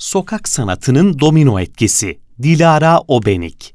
Sokak sanatının domino etkisi. Dilara Obenik.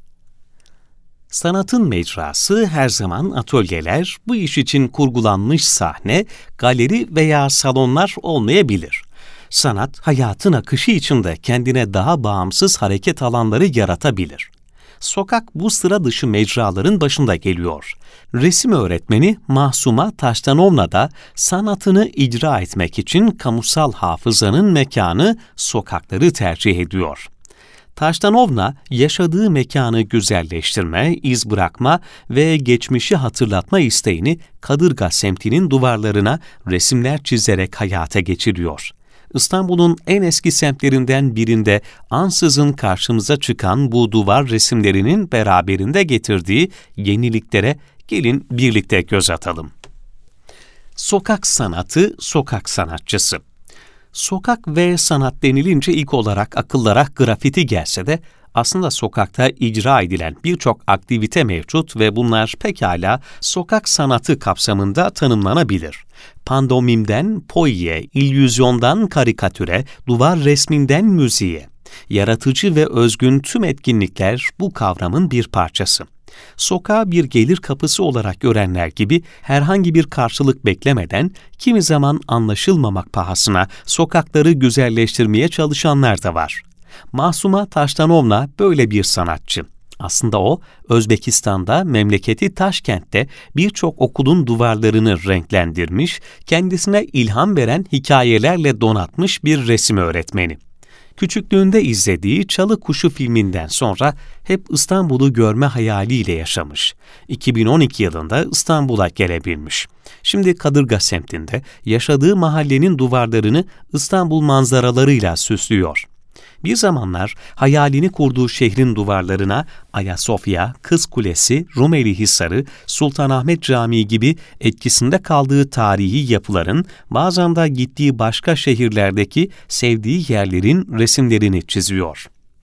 Sanatın mecrası her zaman atölyeler, bu iş için kurgulanmış sahne, galeri veya salonlar olmayabilir. Sanat, hayatın akışı içinde kendine daha bağımsız hareket alanları yaratabilir. Sokak bu sıra dışı mecraların başında geliyor. Resim öğretmeni Mahsuma Taştanovna da sanatını icra etmek için kamusal hafızanın mekanı, sokakları tercih ediyor. Taştanovna, yaşadığı mekanı güzelleştirme, iz bırakma ve geçmişi hatırlatma isteğini Kadırga semtinin duvarlarına resimler çizerek hayata geçiriyor. İstanbul'un en eski semtlerinden birinde ansızın karşımıza çıkan bu duvar resimlerinin beraberinde getirdiği yeniliklere gelin birlikte göz atalım. Sokak sanatı, sokak sanatçısı. Sokak ve sanat denilince ilk olarak akıllara grafiti gelse de aslında sokakta icra edilen birçok aktivite mevcut ve bunlar pekala sokak sanatı kapsamında tanımlanabilir. Pandomimden poiye, illüzyondan karikatüre, duvar resminden müziğe. Yaratıcı ve özgün tüm etkinlikler bu kavramın bir parçası. Sokağı bir gelir kapısı olarak görenler gibi herhangi bir karşılık beklemeden, kimi zaman anlaşılmamak pahasına sokakları güzelleştirmeye çalışanlar da var. Mahsuma Taştanovna böyle bir sanatçı. Aslında o, Özbekistan'da, memleketi Taşkent'te birçok okulun duvarlarını renklendirmiş, kendisine ilham veren hikayelerle donatmış bir resim öğretmeni. Küçüklüğünde izlediği Çalı Kuşu filminden sonra hep İstanbul'u görme hayaliyle yaşamış. 2012 yılında İstanbul'a gelebilmiş. Şimdi Kadırga semtinde yaşadığı mahallenin duvarlarını İstanbul manzaralarıyla süslüyor. Bir zamanlar hayalini kurduğu şehrin duvarlarına Ayasofya, Kız Kulesi, Rumeli Hisarı, Sultanahmet Camii gibi etkisinde kaldığı tarihi yapıların, bazen de gittiği başka şehirlerdeki sevdiği yerlerin resimlerini çiziyor.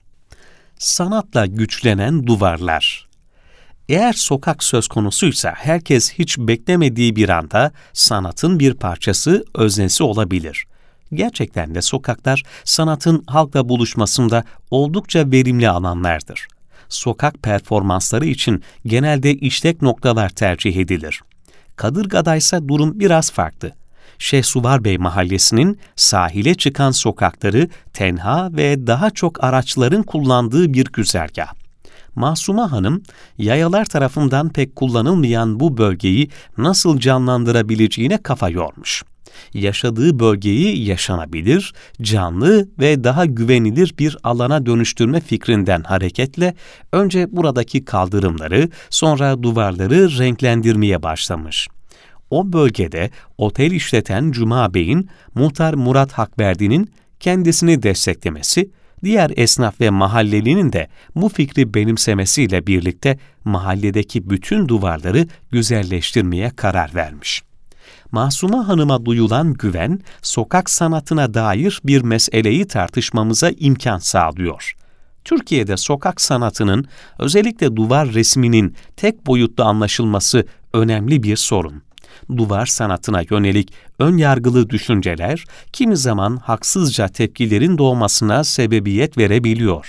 Sanatla güçlenen duvarlar. Eğer sokak söz konusuysa herkes hiç beklemediği bir anda sanatın bir parçası, öznesi olabilir. Gerçekten de sokaklar sanatın halkla buluşmasında oldukça verimli alanlardır. Sokak performansları için genelde işlek noktalar tercih edilir. Kadırga'da ise durum biraz farklı. Şehsuvar Mahallesi'nin sahile çıkan sokakları tenha ve daha çok araçların kullandığı bir güzergah. Mahsuma Hanım, yayalar tarafından pek kullanılmayan bu bölgeyi nasıl canlandırabileceğine kafa yormuş. Yaşadığı bölgeyi yaşanabilir, canlı ve daha güvenilir bir alana dönüştürme fikrinden hareketle önce buradaki kaldırımları, sonra duvarları renklendirmeye başlamış. O bölgede otel işleten Cuma Bey'in, Muhtar Murat Hakverdi'nin kendisini desteklemesi, diğer esnaf ve mahallelinin de bu fikri benimsemesiyle birlikte mahalledeki bütün duvarları güzelleştirmeye karar vermiş. Mahsuma Hanım'a duyulan güven, sokak sanatına dair bir meseleyi tartışmamıza imkan sağlıyor. Türkiye'de sokak sanatının, özellikle duvar resminin tek boyutlu anlaşılması önemli bir sorun. Duvar sanatına yönelik ön yargılı düşünceler, kimi zaman haksızca tepkilerin doğmasına sebebiyet verebiliyor.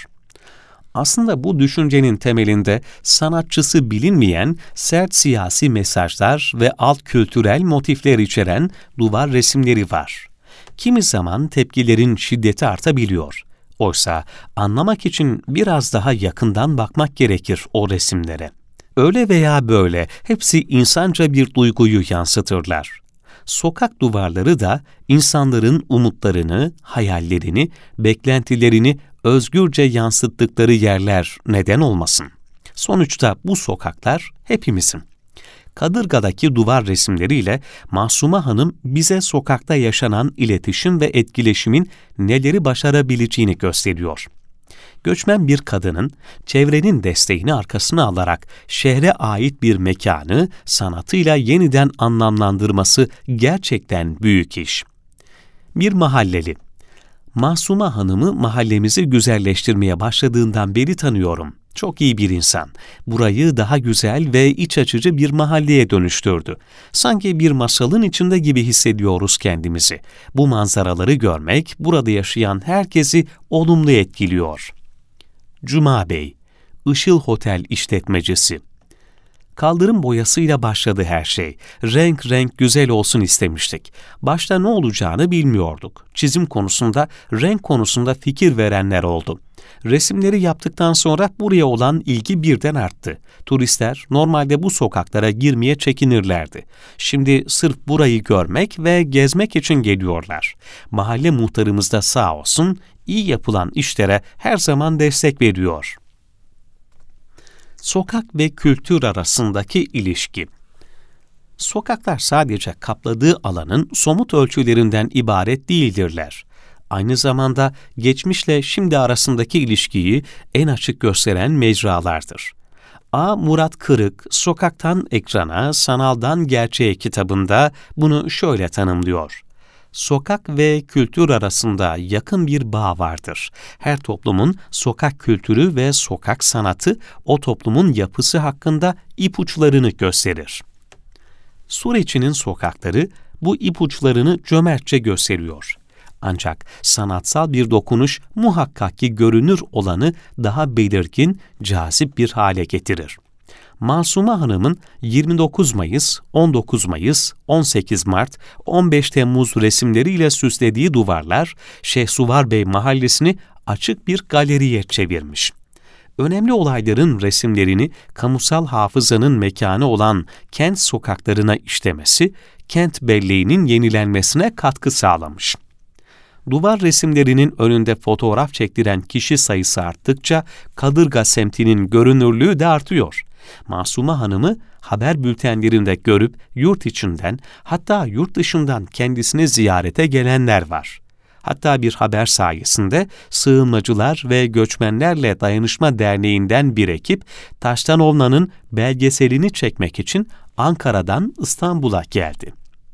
Aslında bu düşüncenin temelinde sanatçısı bilinmeyen sert siyasi mesajlar ve alt kültürel motifler içeren duvar resimleri var. Kimi zaman tepkilerin şiddeti artabiliyor. Oysa anlamak için biraz daha yakından bakmak gerekir o resimlere. Öyle veya böyle hepsi insanca bir duyguyu yansıtırlar. Sokak duvarları da insanların umutlarını, hayallerini, beklentilerini özgürce yansıttıkları yerler neden olmasın? Sonuçta bu sokaklar hepimizin. Kadırga'daki duvar resimleriyle Mahsuma Hanım bize sokakta yaşanan iletişim ve etkileşimin neleri başarabileceğini gösteriyor. Göçmen bir kadının çevrenin desteğini arkasına alarak şehre ait bir mekanı sanatıyla yeniden anlamlandırması gerçekten büyük iş. Bir mahalleli. Masume Hanım'ı mahallemizi güzelleştirmeye başladığından beri tanıyorum. Çok iyi bir insan. Burayı daha güzel ve iç açıcı bir mahalleye dönüştürdü. Sanki bir masalın içinde gibi hissediyoruz kendimizi. Bu manzaraları görmek burada yaşayan herkesi olumlu etkiliyor. Cuma Bey, Işıl Hotel işletmecisi. Kaldırım boyasıyla başladı her şey. Renk renk güzel olsun istemiştik. Başta ne olacağını bilmiyorduk. Çizim konusunda, renk konusunda fikir verenler oldu. Resimleri yaptıktan sonra buraya olan ilgi birden arttı. Turistler normalde bu sokaklara girmeye çekinirlerdi. Şimdi sırf burayı görmek ve gezmek için geliyorlar. Mahalle muhtarımız da sağ olsun iyi yapılan işlere her zaman destek veriyor. Sokak ve kültür arasındaki ilişki. Sokaklar sadece kapladığı alanın somut ölçülerinden ibaret değildirler. Aynı zamanda geçmişle şimdi arasındaki ilişkiyi en açık gösteren mecralardır. A. Murat Kırık, Sokaktan Ekrana, Sanaldan Gerçeğe kitabında bunu şöyle tanımlıyor. Sokak ve kültür arasında yakın bir bağ vardır. Her toplumun sokak kültürü ve sokak sanatı o toplumun yapısı hakkında ipuçlarını gösterir. Suriçi'nin sokakları bu ipuçlarını cömertçe gösteriyor. Ancak sanatsal bir dokunuş muhakkak ki görünür olanı daha belirgin, cazip bir hale getirir. Masume Hanım'ın 29 Mayıs, 19 Mayıs, 18 Mart, 15 Temmuz resimleriyle süslediği duvarlar, Şehsuvar Bey mahallesini açık bir galeriye çevirmiş. Önemli olayların resimlerini kamusal hafızanın mekanı olan kent sokaklarına işlemesi, kent belleğinin yenilenmesine katkı sağlamış. Duvar resimlerinin önünde fotoğraf çektiren kişi sayısı arttıkça Kadırga semtinin görünürlüğü de artıyor. Masume Hanım'ı haber bültenlerinde görüp yurt içinden hatta yurt dışından kendisini ziyarete gelenler var. Hatta bir haber sayesinde Sığınmacılar ve Göçmenlerle Dayanışma Derneği'nden bir ekip Taştanovna'nın belgeselini çekmek için Ankara'dan İstanbul'a geldi.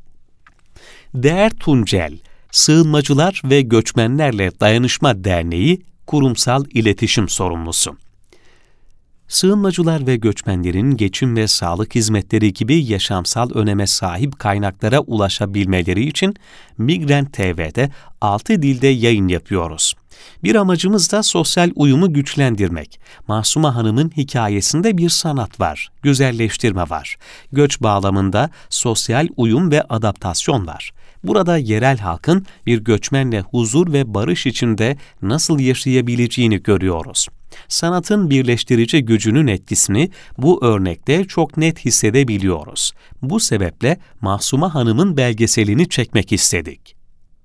Değer Tuncel, Sığınmacılar ve Göçmenlerle Dayanışma Derneği Kurumsal İletişim Sorumlusu. Sığınmacılar ve göçmenlerin geçim ve sağlık hizmetleri gibi yaşamsal öneme sahip kaynaklara ulaşabilmeleri için Migrant TV'de 6 dilde yayın yapıyoruz. Bir amacımız da sosyal uyumu güçlendirmek. Masume Hanım'ın hikayesinde bir sanat var, güzelleştirme var. Göç bağlamında sosyal uyum ve adaptasyon var. Burada yerel halkın bir göçmenle huzur ve barış içinde nasıl yaşayabileceğini görüyoruz. Sanatın birleştirici gücünün etkisini bu örnekte çok net hissedebiliyoruz. Bu sebeple Masume Hanım'ın belgeselini çekmek istedik.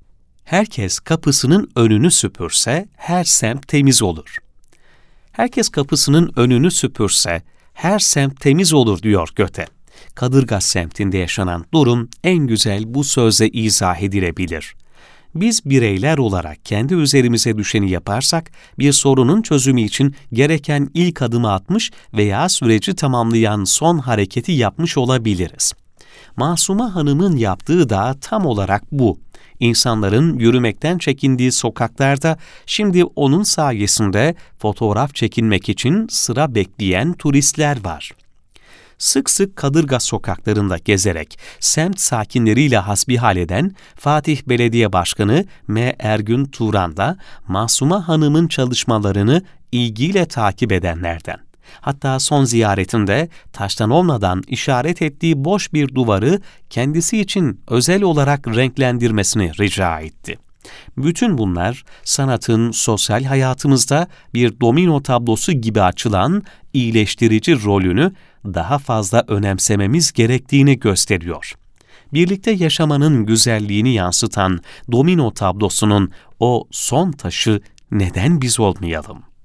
Herkes kapısının önünü süpürse her semt temiz olur. Herkes kapısının önünü süpürse her semt temiz olur diyor Göte. Kadırga semtinde yaşanan durum en güzel bu sözle izah edilebilir. Biz bireyler olarak kendi üzerimize düşeni yaparsak bir sorunun çözümü için gereken ilk adımı atmış veya süreci tamamlayan son hareketi yapmış olabiliriz. Masume Hanım'ın yaptığı da tam olarak bu. İnsanların yürümekten çekindiği sokaklarda şimdi onun sayesinde fotoğraf çekinmek için sıra bekleyen turistler var. Sık sık Kadırga sokaklarında gezerek semt sakinleriyle hasbihal eden Fatih Belediye Başkanı M. Ergün Turan da Masume Hanım'ın çalışmalarını ilgiyle takip edenlerden. Hatta son ziyaretinde Taştanovna'dan işaret ettiği boş bir duvarı kendisi için özel olarak renklendirmesini rica etti. Bütün bunlar sanatın sosyal hayatımızda bir domino tablosu gibi açılan iyileştirici rolünü daha fazla önemsememiz gerektiğini gösteriyor. Birlikte yaşamanın güzelliğini yansıtan domino tablosunun o son taşı neden biz olmayalım?